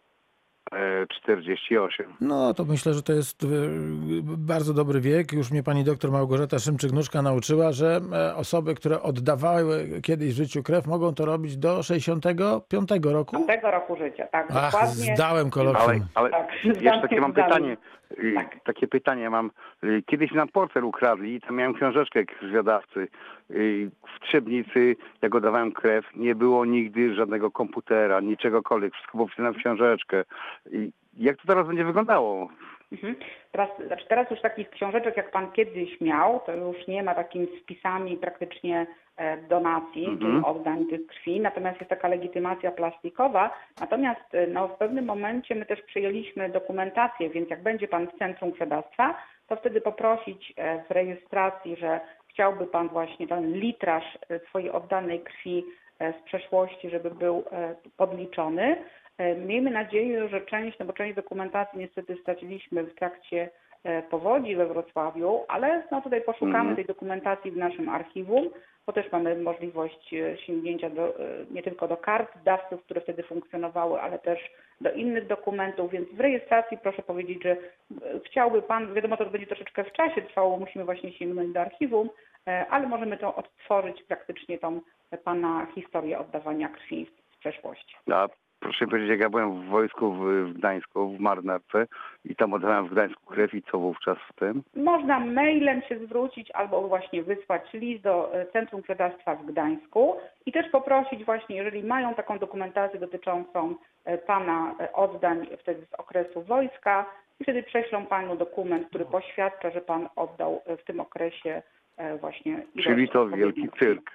e, czterdzieści osiem. No to myślę, że to jest e, bardzo dobry wiek. Już mnie pani doktor Małgorzata Szymczyk-Nóżka nauczyła, że e, osoby, które oddawały kiedyś w życiu krew, mogą to robić do sześćdziesiątego piątego roku. Tego roku życia, tak, Ach, dokładnie. zdałem Ale, kolokwium. ale Tak, jeszcze takie mam zdałem. pytanie. Y, Tak. Takie pytanie mam. Y, Kiedyś nam portfel ukradli i tam miałem książeczkę krwiodawcy. Y, W Trzebnicy, jak oddawałem krew, nie było nigdy żadnego komputera, niczegokolwiek. Wszystko było wpisane w książeczkę. I jak to teraz będzie wyglądało? Mhm. Teraz, znaczy teraz już takich książeczek, jak pan kiedyś miał, to już nie ma takimi spisami praktycznie e, donacji, Mhm. czyli oddań tych krwi, natomiast jest taka legitymacja plastikowa. Natomiast e, no, w pewnym momencie my też przyjęliśmy dokumentację, więc jak będzie pan w centrum krwiodawstwa, to wtedy poprosić e, w rejestracji, że chciałby pan właśnie ten litraż e, swojej oddanej krwi e, z przeszłości, żeby był e, podliczony. E, Miejmy nadzieję, że część, no bo część dokumentacji niestety straciliśmy w trakcie e, powodzi we Wrocławiu, ale no tutaj poszukamy Mhm. tej dokumentacji w naszym archiwum, bo też mamy możliwość e, sięgnięcia do, e, nie tylko do kart dawców, które wtedy funkcjonowały, ale też do innych dokumentów, więc w rejestracji proszę powiedzieć, że e, chciałby pan, wiadomo, to będzie troszeczkę w czasie trwało, musimy właśnie sięgnąć do archiwum, e, ale możemy to odtworzyć praktycznie tą e, pana historię oddawania krwi z przeszłości. A proszę powiedzieć, jak ja byłem w wojsku w, w Gdańsku, w marynarce i tam oddałem w Gdańsku krew i co wówczas w tym? Można mailem się zwrócić albo właśnie wysłać list do e, Centrum Krwiodawstwa w Gdańsku i też poprosić właśnie, jeżeli mają taką dokumentację dotyczącą e, pana e, oddań wtedy z okresu wojska i wtedy prześlą panu dokument, który poświadcza, że pan oddał e, w tym okresie e, właśnie Czyli ilość to odpowiednią wielki krwi. cyrk.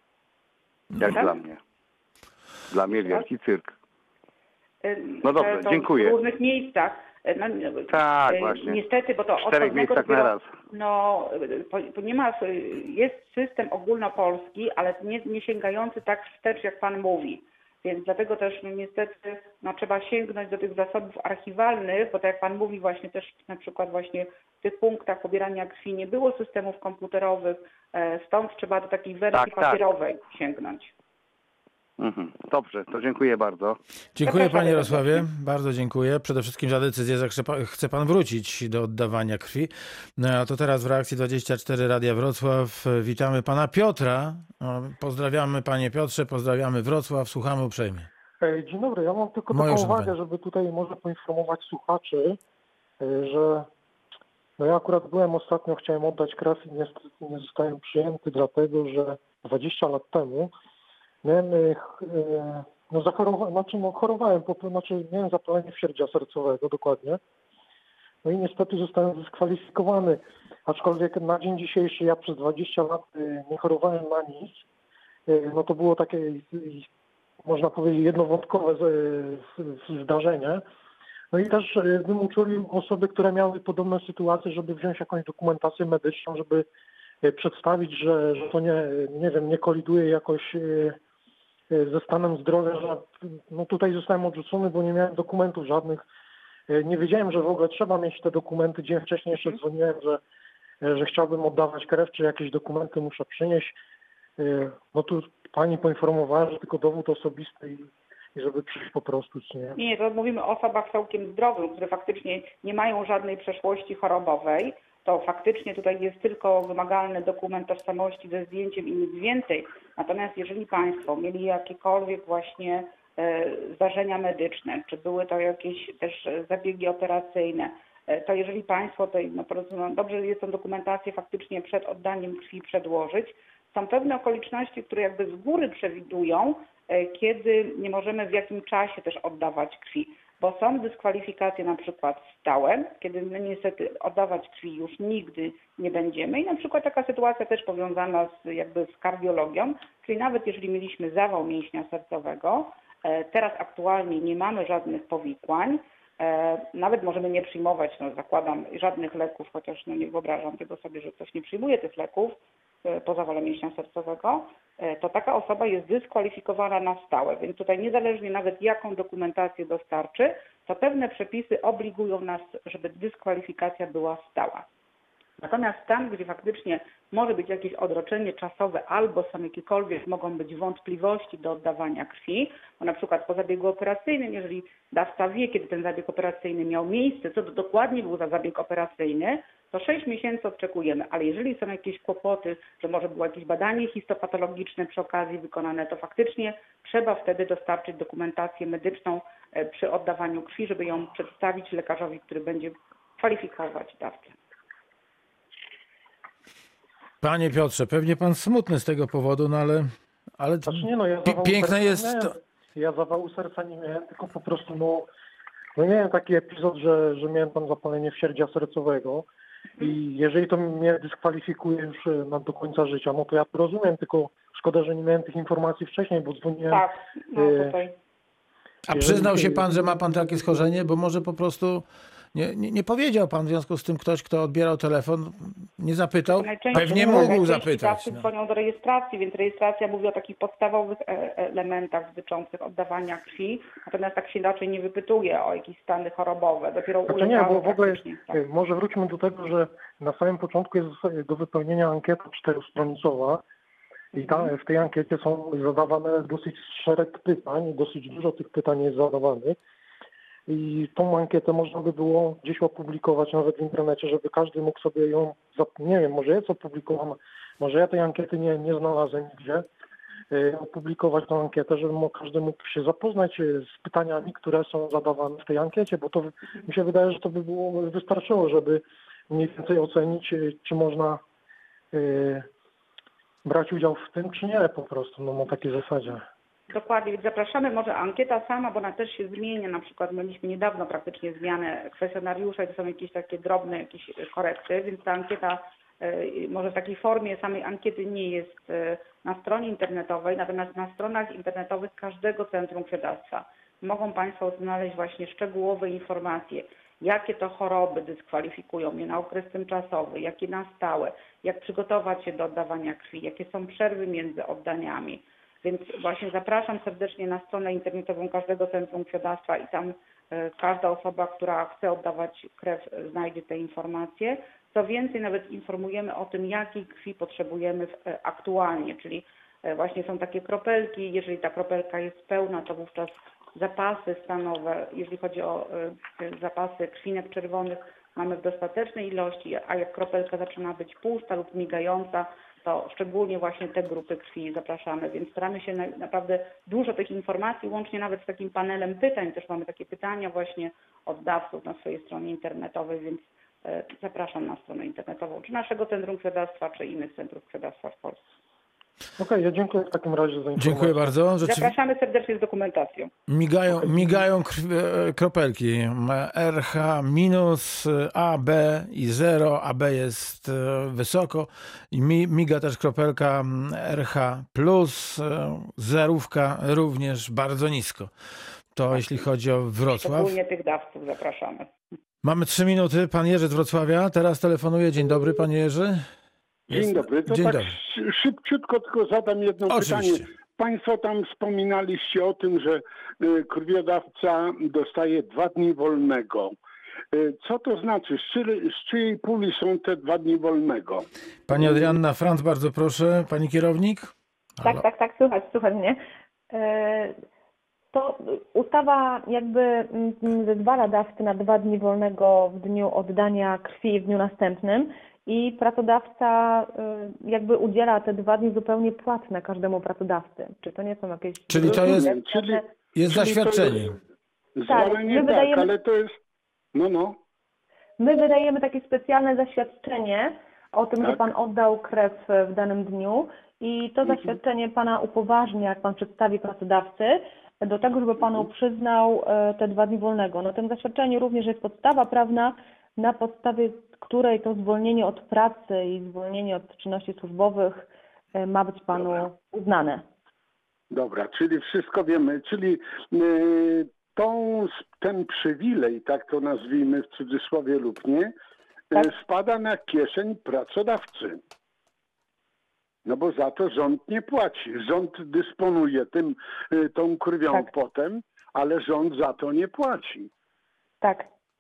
Jak Tak? dla mnie. Dla mnie wielki cyrk. E, No dobrze, że to dziękuję. W różnych miejscach. E, No, Tak, e, właśnie. Niestety, bo to W od czterech pewnego miejscach na dopiero- raz. No, po- po- nie ma, jest system ogólnopolski, ale nie, nie sięgający tak wstecz, jak pan mówi. Więc dlatego też no, niestety no, trzeba sięgnąć do tych zasobów archiwalnych, bo tak jak pan mówi właśnie też na przykład właśnie w tych punktach pobierania krwi nie było systemów komputerowych, e, stąd trzeba do takiej wersji Tak, tak. papierowej sięgnąć. Mhm. Dobrze, to dziękuję bardzo. Dziękuję Zapraszamy panie Jarosławie, serdecznie. bardzo dziękuję. Przede wszystkim za decyzję, że chce pan, chce pan wrócić do oddawania krwi. No, a to teraz w Reakcji dwadzieścia cztery Radia Wrocław witamy pana Piotra. No, pozdrawiamy panie Piotrze, pozdrawiamy Wrocław, słuchamy uprzejmie. Ej, Dzień dobry, ja mam tylko Moje taką uszanowanie. uwagę, żeby tutaj może poinformować słuchaczy, y, że no ja akurat byłem ostatnio, chciałem oddać krew i niestety nie zostałem przyjęty, dlatego że dwadzieścia lat temu miałem, y, ch- y, no zachorowałem, znaczy no chorowałem, po, znaczy miałem zapalenie wsierdzia sercowego dokładnie, no i niestety zostałem dyskwalifikowany, aczkolwiek na dzień dzisiejszy ja przez dwadzieścia lat y, nie chorowałem na nic, y, no to było takie, y, można powiedzieć, jednowątkowe z- z- zdarzenie. No i też y, bym uczulił osoby, które miały podobne sytuacje, żeby wziąć jakąś dokumentację medyczną, żeby y, przedstawić, że, że to nie, nie wiem, nie koliduje jakoś y, y, ze stanem zdrowia, że no tutaj zostałem odrzucony, bo nie miałem dokumentów żadnych. Y, Nie wiedziałem, że w ogóle trzeba mieć te dokumenty. Dzień wcześniej jeszcze dzwoniłem, że, że chciałbym oddawać krew, czy jakieś dokumenty muszę przynieść. Y, No tu pani poinformowała, że tylko dowód osobisty i, i żeby przyjść po prostu, czy nie. Nie, to mówimy o osobach całkiem zdrowych, które faktycznie nie mają żadnej przeszłości chorobowej. To faktycznie tutaj jest tylko wymagalny dokument tożsamości ze zdjęciem i nic więcej. Natomiast jeżeli państwo mieli jakiekolwiek właśnie e, zdarzenia medyczne, czy były to jakieś też e, zabiegi operacyjne, e, to jeżeli państwo tutaj, no po prostu no, dobrze jest tą dokumentację faktycznie przed oddaniem krwi przedłożyć. Są pewne okoliczności, które jakby z góry przewidują, e, kiedy nie możemy w jakim czasie też oddawać krwi, bo są dyskwalifikacje na przykład stałe, kiedy my niestety oddawać krwi już nigdy nie będziemy i na przykład taka sytuacja też powiązana z jakby z kardiologią, czyli nawet jeżeli mieliśmy zawał mięśnia sercowego, e, teraz aktualnie nie mamy żadnych powikłań, e, nawet możemy nie przyjmować, no zakładam, żadnych leków, chociaż no nie wyobrażam tego sobie, że ktoś nie przyjmuje tych leków, po zawale mięśnia sercowego, to taka osoba jest dyskwalifikowana na stałe. Więc tutaj niezależnie nawet jaką dokumentację dostarczy, to pewne przepisy obligują nas, żeby dyskwalifikacja była stała. Natomiast tam, gdzie faktycznie może być jakieś odroczenie czasowe albo są jakiekolwiek, mogą być wątpliwości do oddawania krwi, bo na przykład po zabiegu operacyjnym, jeżeli dawca wie, kiedy ten zabieg operacyjny miał miejsce, co to dokładnie był za zabieg operacyjny, to sześć miesięcy odczekujemy, ale jeżeli są jakieś kłopoty, że może było jakieś badanie histopatologiczne przy okazji wykonane, to faktycznie trzeba wtedy dostarczyć dokumentację medyczną przy oddawaniu krwi, żeby ją przedstawić lekarzowi, który będzie kwalifikować dawcę. Panie Piotrze, pewnie pan smutny z tego powodu, no ale, ale Znaczy nie, no, ja pi- zawału piękne serca jest nie to. miałem. Ja zawału serca nie miałem, tylko po prostu no, no miałem taki epizod, że, że miałem tam zapalenie wsierdzia sercowego i jeżeli to mnie dyskwalifikuje już na do końca życia, no to ja to rozumiem, tylko szkoda, że nie miałem tych informacji wcześniej, bo dzwoniłem. Tak, no tutaj. A przyznał się pan, że ma pan takie schorzenie, bo może po prostu nie, nie, nie powiedział pan w związku z tym ktoś, kto odbierał telefon, nie zapytał, Najczęściej- pewnie no, mógł najczęściej zapytać. dawcy No. dzwonią do rejestracji, więc rejestracja mówi o takich podstawowych e- elementach dotyczących oddawania krwi, natomiast tak się raczej nie wypytuje o jakieś stany chorobowe. Dopiero u Znaczy nie, lekarza bo w ogóle praktycznie, tak. może wróćmy do tego, że na samym początku jest do wypełnienia ankieta czterostronicowa i tam w tej ankiecie są zadawane dosyć szereg pytań, dosyć dużo tych pytań jest zadawanych i tą ankietę można by było gdzieś opublikować nawet w internecie, żeby każdy mógł sobie ją, nie wiem, może jest opublikowana, może ja tej ankiety nie, nie znalazłem nigdzie, opublikować tą ankietę, żeby mógł, każdy mógł się zapoznać z pytaniami, które są zadawane w tej ankiecie, bo to mi się wydaje, że to by było wystarczyło, żeby mniej więcej ocenić, czy można y, brać udział w tym, czy nie po prostu, no na takiej zasadzie. Dokładnie, więc zapraszamy, może ankieta sama, bo ona też się zmienia, na przykład mieliśmy niedawno praktycznie zmianę kwestionariusza i to są jakieś takie drobne jakieś korekty, więc ta ankieta może w takiej formie samej ankiety nie jest na stronie internetowej, natomiast na stronach internetowych każdego Centrum Krwiodawstwa mogą Państwo znaleźć właśnie szczegółowe informacje, jakie to choroby dyskwalifikują mnie na okres tymczasowy, jakie na stałe, jak przygotować się do oddawania krwi, jakie są przerwy między oddaniami. Więc właśnie zapraszam serdecznie na stronę internetową każdego Centrum Krwiodawstwa i tam każda osoba, która chce oddawać krew, znajdzie te informacje. Co więcej, nawet informujemy o tym, jakiej krwi potrzebujemy aktualnie, czyli właśnie są takie kropelki, jeżeli ta kropelka jest pełna, to wówczas zapasy stanowe, jeżeli chodzi o zapasy krwinek czerwonych, mamy w dostatecznej ilości, a jak kropelka zaczyna być pusta lub migająca, to szczególnie właśnie te grupy krwi zapraszamy, więc staramy się na, naprawdę dużo tych informacji, łącznie nawet z takim panelem pytań, też mamy takie pytania właśnie od dawców na swojej stronie internetowej, więc e, zapraszam na stronę internetową, czy naszego Centrum Krwiodawstwa, czy innych centrów krwiodawstwa w Polsce. Okej, okay, ja dziękuję w takim razie za informację. Dziękuję bardzo. Rzeczywi... Zapraszamy serdecznie z dokumentacją. Migają, migają krw... kropelki. R H minus, A, B i zero. A B jest wysoko. I miga też kropelka R H plus, zerówka również bardzo nisko. To tak, jeśli chodzi o Wrocław. Szczególnie tych dawców zapraszamy. Mamy trzy minuty. Pan Jerzy z Wrocławia teraz telefonuje. Dzień dobry, panie Jerzy. Dzień dobry. To Dzień tak dobry. Szybciutko tylko zadam jedno Oczywiście. pytanie. Państwo tam wspominaliście o tym, że krwiodawca dostaje dwa dni wolnego. Co to znaczy? Z, czyj, z czyjej puli są te dwa dni wolnego? Pani Adrianna Franc, bardzo proszę. Pani kierownik? Halo. Tak, tak, tak. Słychać, słychać mnie. To ustawa jakby zezwala dawcy na dwa dni wolnego w dniu oddania krwi i w dniu następnym. I pracodawca jakby udziela te dwa dni zupełnie płatne każdemu pracodawcy. Czy to nie są jakieś... Czyli to jest, czyli, jest czyli zaświadczenie. Zwolenie, tak, wydajemy, ale to jest... No, no. My wydajemy takie specjalne zaświadczenie o tym, tak, że pan oddał krew w danym dniu i to mhm. zaświadczenie pana upoważnia, jak pan przedstawi pracodawcy, do tego, żeby panu przyznał te dwa dni wolnego. No tym zaświadczeniu również jest podstawa prawna, na podstawie której to zwolnienie od pracy i zwolnienie od czynności służbowych ma być panu Dobra. uznane. Dobra, czyli wszystko wiemy, czyli yy, tą, ten przywilej, tak to nazwijmy w cudzysłowie lub nie, tak? yy, spada na kieszeń pracodawcy. No bo za to rząd nie płaci. Rząd dysponuje tym, yy, tą krwią tak. potem, ale rząd za to nie płaci. Tak.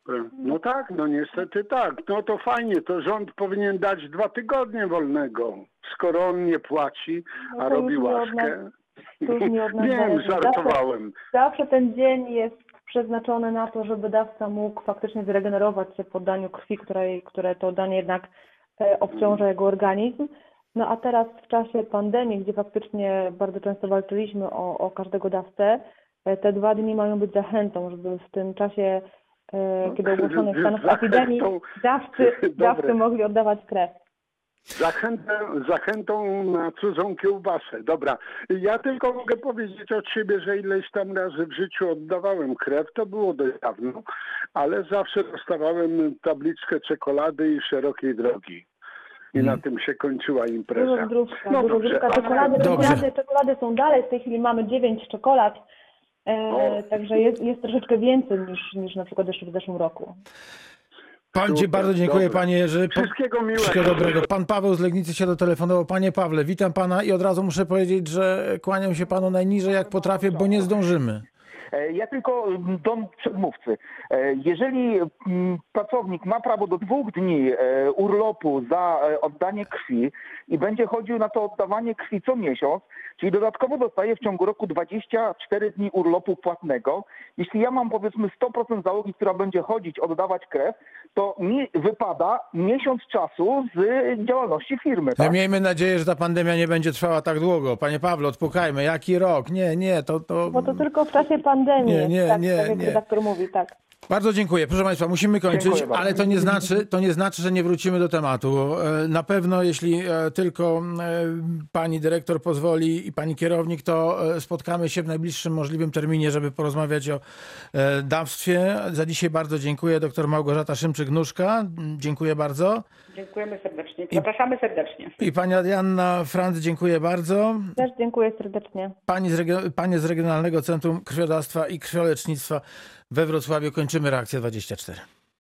No tak, no niestety tak. No to fajnie, to rząd powinien dać dwa tygodnie wolnego, skoro on nie płaci, No a to robi już nie od łaskę. To już nie od nas Wiem, zależy. żartowałem. Zawsze, zawsze ten dzień jest przeznaczony na to, żeby dawca mógł faktycznie zregenerować się po daniu krwi, której, które to danie jednak e, obciąża jego organizm. No a teraz w czasie pandemii, gdzie faktycznie bardzo często walczyliśmy o, o każdego dawcę, e, te dwa dni mają być zachętą, żeby w tym czasie, e, kiedy ogłoszono stan Zachętą. epidemii, dawcy, dawcy Dobre. mogli oddawać krew. Zachętę, zachętą na cudzą kiełbasę. Dobra, ja tylko mogę powiedzieć od siebie, że ileś tam razy w życiu oddawałem krew, to było dość dawno, ale zawsze dostawałem tabliczkę czekolady i szerokiej drogi. I Hmm. na tym się kończyła impreza. Dużo zdrówka, No dużo dobrze, zdrówka. ale- Czekolady, Dobrze. czekolady, czekolady są dalej, w tej chwili mamy dziewięć czekolad, e, O. także jest, jest troszeczkę więcej niż, niż na przykład jeszcze w zeszłym roku. Pan, Super, bardzo dziękuję, dobra. panie Jerzy. Po- Wszystkiego miłego. Wszystkiego dobrego. Pan Paweł z Legnicy się dotelefonował. Panie Pawle, witam pana i od razu muszę powiedzieć, że kłaniam się panu najniżej jak potrafię, bo nie zdążymy. E, Ja tylko mm, do przedmówcy. E, Jeżeli mm, pracownik ma prawo do dwóch dni e, urlopu za e, oddanie krwi i będzie chodził na to oddawanie krwi co miesiąc, czyli dodatkowo dostaje w ciągu roku dwadzieścia cztery dni urlopu płatnego. Jeśli ja mam powiedzmy sto procent załogi, która będzie chodzić, oddawać krew, to mi wypada miesiąc czasu z działalności firmy. No Tak? miejmy nadzieję, że ta pandemia nie będzie trwała tak długo. Panie Pawle, odpukajmy. Jaki rok? Nie, nie, to... to... Bo to tylko w czasie pandemii Nie, jest, nie, tak, nie, tak jak nie. redaktor mówi, tak. Bardzo dziękuję. Proszę Państwa, musimy kończyć, Dziękuję bardzo. ale to nie znaczy, to nie znaczy, że nie wrócimy do tematu. E, Na pewno, jeśli e, tylko e, pani dyrektor pozwoli i pani kierownik, to e, spotkamy się w najbliższym możliwym terminie, żeby porozmawiać o e, dawstwie. Za dzisiaj bardzo dziękuję. Doktor Małgorzata Szymczyk-Nuszka. Dziękuję bardzo. Dziękujemy serdecznie. Zapraszamy serdecznie. I pani Joanna Frant, dziękuję bardzo. Też dziękuję serdecznie. Pani z, regio- panie z Regionalnego Centrum Krwiodawstwa i Krwiolecznictwa we Wrocławiu. Kończymy reakcję dwadzieścia cztery.